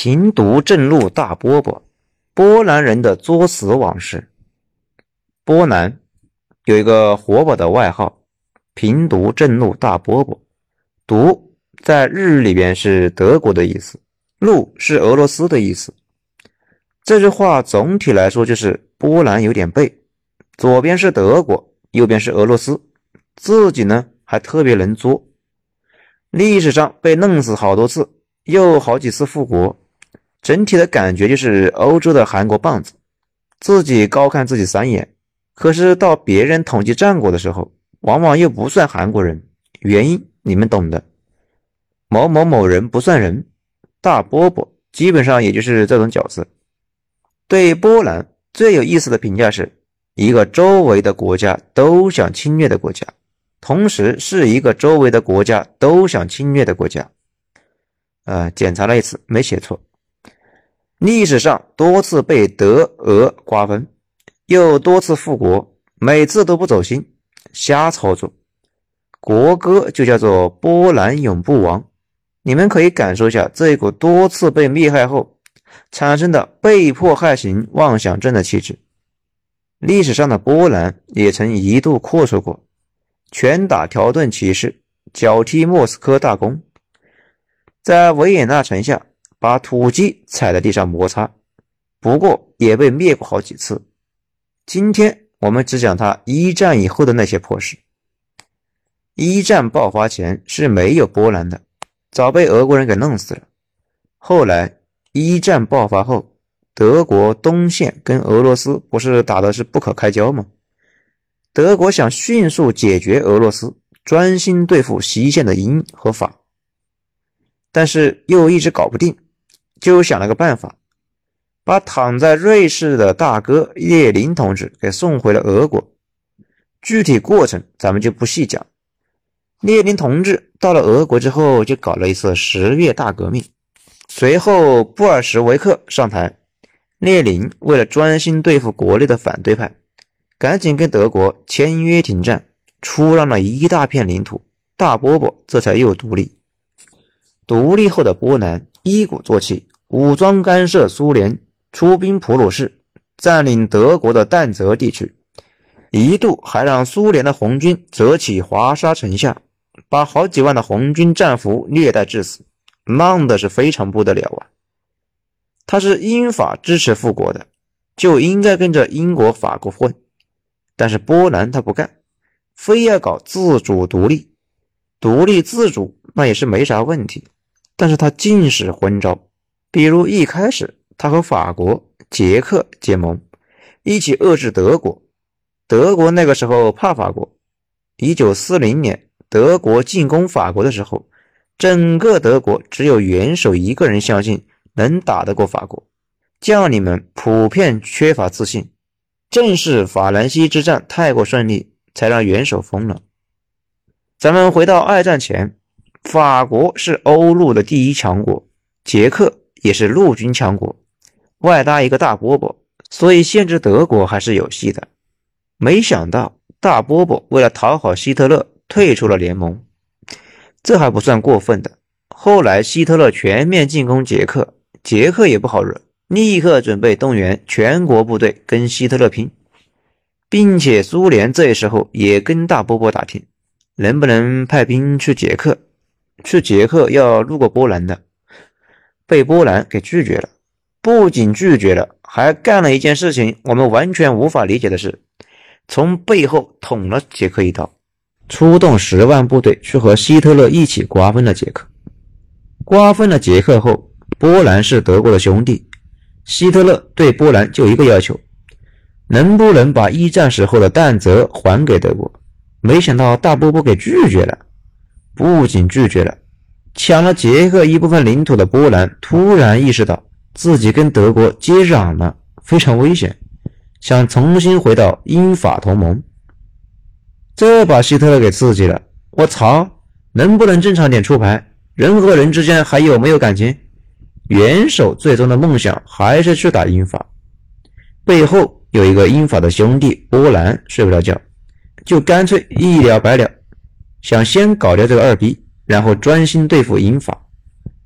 平毒正路大饽饽，波兰人的作死往事。波兰有一个活宝的外号，平毒正路大饽饽。毒在日语里边是德国的意思，路是俄罗斯的意思。这句话总体来说就是波兰有点背，左边是德国，右边是俄罗斯，自己呢还特别能作。历史上被弄死好多次，又好几次复活，整体的感觉就是欧洲的韩国棒子，自己高看自己3眼，可是到别人统计战果的时候，往往又不算韩国人，原因你们懂的。某某某人不算人，大饽饽基本上也就是这种角色。对波兰最有意思的评价是，一个周围的国家都想侵略的国家，同时是一个周围的国家都想侵略的国家。检查了一次没写错。历史上多次被德俄瓜分，又多次复国，每次都不走心，瞎操作。国歌就叫做波兰永不亡，你们可以感受一下这一股多次被灭害后产生的被迫害型妄想症的气质。历史上的波兰也曾一度阔绰过，拳打条顿骑士，脚踢莫斯科大公，在维也纳城下把土鸡踩在地上摩擦，不过也被灭过好几次。今天我们只讲他一战以后的那些破事。一战爆发前是没有波兰的，早被俄国人给弄死了。后来一战爆发后，德国东线跟俄罗斯不是打的是不可开交吗？德国想迅速解决俄罗斯，专心对付西线的英和法，但是又一直搞不定，就想了个办法，把躺在瑞士的大哥列宁同志给送回了俄国。具体过程咱们就不细讲。列宁同志到了俄国之后，就搞了一次10月大革命，随后布尔什维克上台，列宁为了专心对付国内的反对派，赶紧跟德国签约停战，出让了一大片领土，大饽饽这才又独立。独立后的波兰一鼓作气，武装干涉苏联，出兵普鲁士，占领德国的但泽地区，一度还让苏联的红军折起华沙城下，把好几万的红军战俘虐待致死，浪的是非常不得了啊！他是英法支持复国的，就应该跟着英国法国混，但是波兰他不干，非要搞自主独立。独立自主那也是没啥问题，但是他尽使昏招。比如一开始他和法国、捷克结盟，一起遏制德国。德国那个时候怕法国。1940年德国进攻法国的时候，整个德国只有元首一个人相信能打得过法国，将领们普遍缺乏自信。正是法兰西之战太过顺利，才让元首疯了。咱们回到二战前，法国是欧陆的第一强国，捷克也是陆军强国，外搭一个大饽饽，所以限制德国还是有戏的。没想到大饽饽为了讨好希特勒退出了联盟，这还不算过分的。后来希特勒全面进攻捷克，捷克也不好惹，立刻准备动员全国部队跟希特勒拼，并且苏联这时候也跟大饽饽打听，能不能派兵去捷克。去捷克要路过波兰的，被波兰给拒绝了。不仅拒绝了，还干了一件事情我们完全无法理解的事，从背后捅了捷克一刀，出动10万部队去和希特勒一起瓜分了捷克。瓜分了捷克后，波兰是德国的兄弟，希特勒对波兰就一个要求，能不能把一战时候的但泽还给德国。没想到大饽饽给拒绝了。不仅拒绝了，抢了捷克一部分领土的波兰突然意识到自己跟德国接壤了，非常危险，想重新回到英法同盟。这把希特勒给刺激了，我操，能不能正常点出牌？人和人之间还有没有感情？元首最终的梦想还是去打英法。背后有一个英法的兄弟波兰睡不着觉，就干脆一了百了，想先搞掉这个二逼，然后专心对付英法。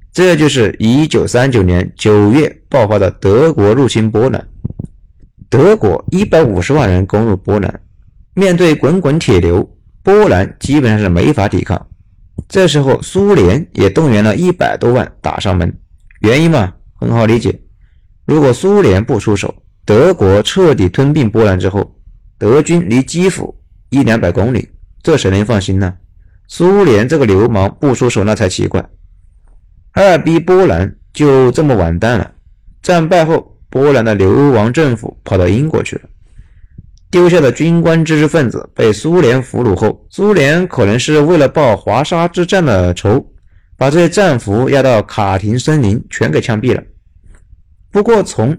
这就是1939年9月爆发的德国入侵波兰。德国150万人攻入波兰，面对滚滚铁流，波兰基本上是没法抵抗。这时候苏联也动员了100多万打上门，原因嘛，很好理解。如果苏联不出手，德国彻底吞并波兰之后，德军离基辅100-200公里，这谁能放心呢？苏联这个流氓不出手那才奇怪。二逼波兰就这么完蛋了。战败后，波兰的流亡政府跑到英国去了，丢下的军官知识分子被苏联俘虏后，苏联可能是为了报华沙之战的仇，把这些战俘押到卡廷森林全给枪毙了。不过从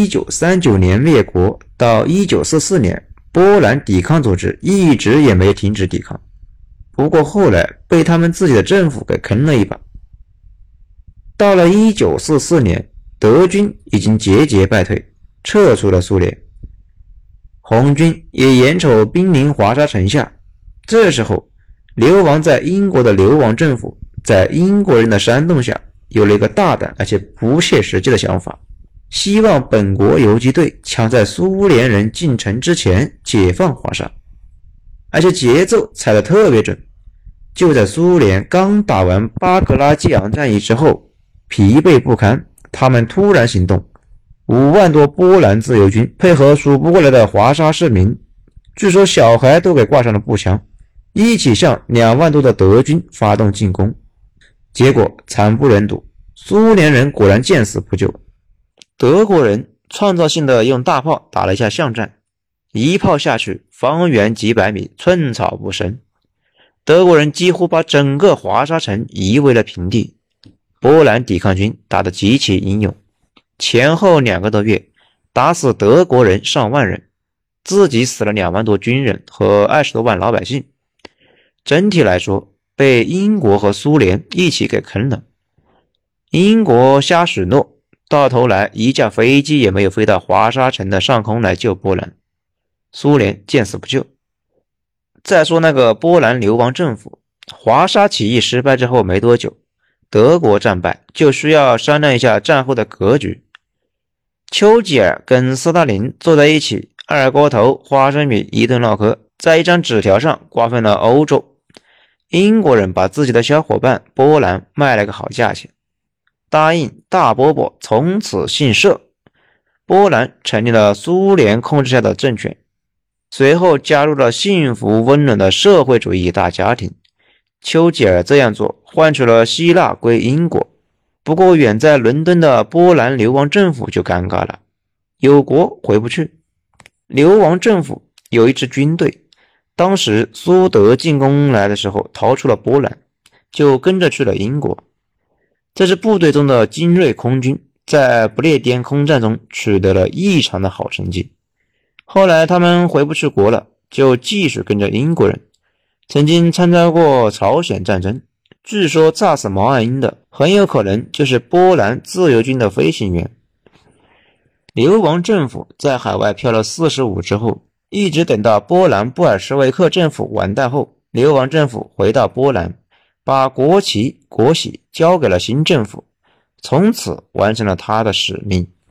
1939年灭国到1944年，波兰抵抗组织一直也没停止抵抗，不过后来被他们自己的政府给坑了一把。到了1944年，德军已经节节败退，撤出了苏联，红军也眼瞅兵临华沙城下。这时候流亡在英国的流亡政府在英国人的煽动下，有了一个大胆而且不切实际的想法，希望本国游击队抢在苏联人进城之前解放华沙，而且节奏踩得特别准。就在苏联刚打完巴格拉季昂战役之后，疲惫不堪，他们突然行动，5万多波兰自由军配合数不过来的华沙市民，据说小孩都给挂上了步枪，一起向2万多的德军发动进攻。结果惨不忍睹，苏联人果然见死不救。德国人创造性的用大炮打了一下巷战，一炮下去，方圆几百米，寸草不生。德国人几乎把整个华沙城夷为了平地。波兰抵抗军打得极其英勇，前后2个多月，打死德国人上万人，自己死了2万多军人和20多万老百姓。整体来说，被英国和苏联一起给坑了。英国瞎许诺，到头来一架飞机也没有飞到华沙城的上空来救波兰，苏联见死不救。再说那个波兰流亡政府，华沙起义失败之后没多久，德国战败，就需要商量一下战后的格局。丘吉尔跟斯大林坐在一起，二锅头花生米一顿唠嗑，在一张纸条上瓜分了欧洲。英国人把自己的小伙伴波兰卖了个好价钱，答应大饽饽从此姓社。波兰成立了苏联控制下的政权，随后加入了幸福温暖的社会主义大家庭。丘吉尔这样做换取了希腊归英国，不过远在伦敦的波兰流亡政府就尴尬了，有国回不去。流亡政府有一支军队，当时苏德进攻来的时候逃出了波兰，就跟着去了英国。这支部队中的精锐空军在不列颠空战中取得了异常的好成绩，后来他们回不去国了，就继续跟着英国人，曾经参加过朝鲜战争，据说炸死毛岸英的很有可能就是波兰自由军的飞行员。流亡政府在海外漂了45之后，一直等到波兰布尔什维克政府完蛋后，流亡政府回到波兰，把国旗国玺交给了新政府，从此完成了他的使命。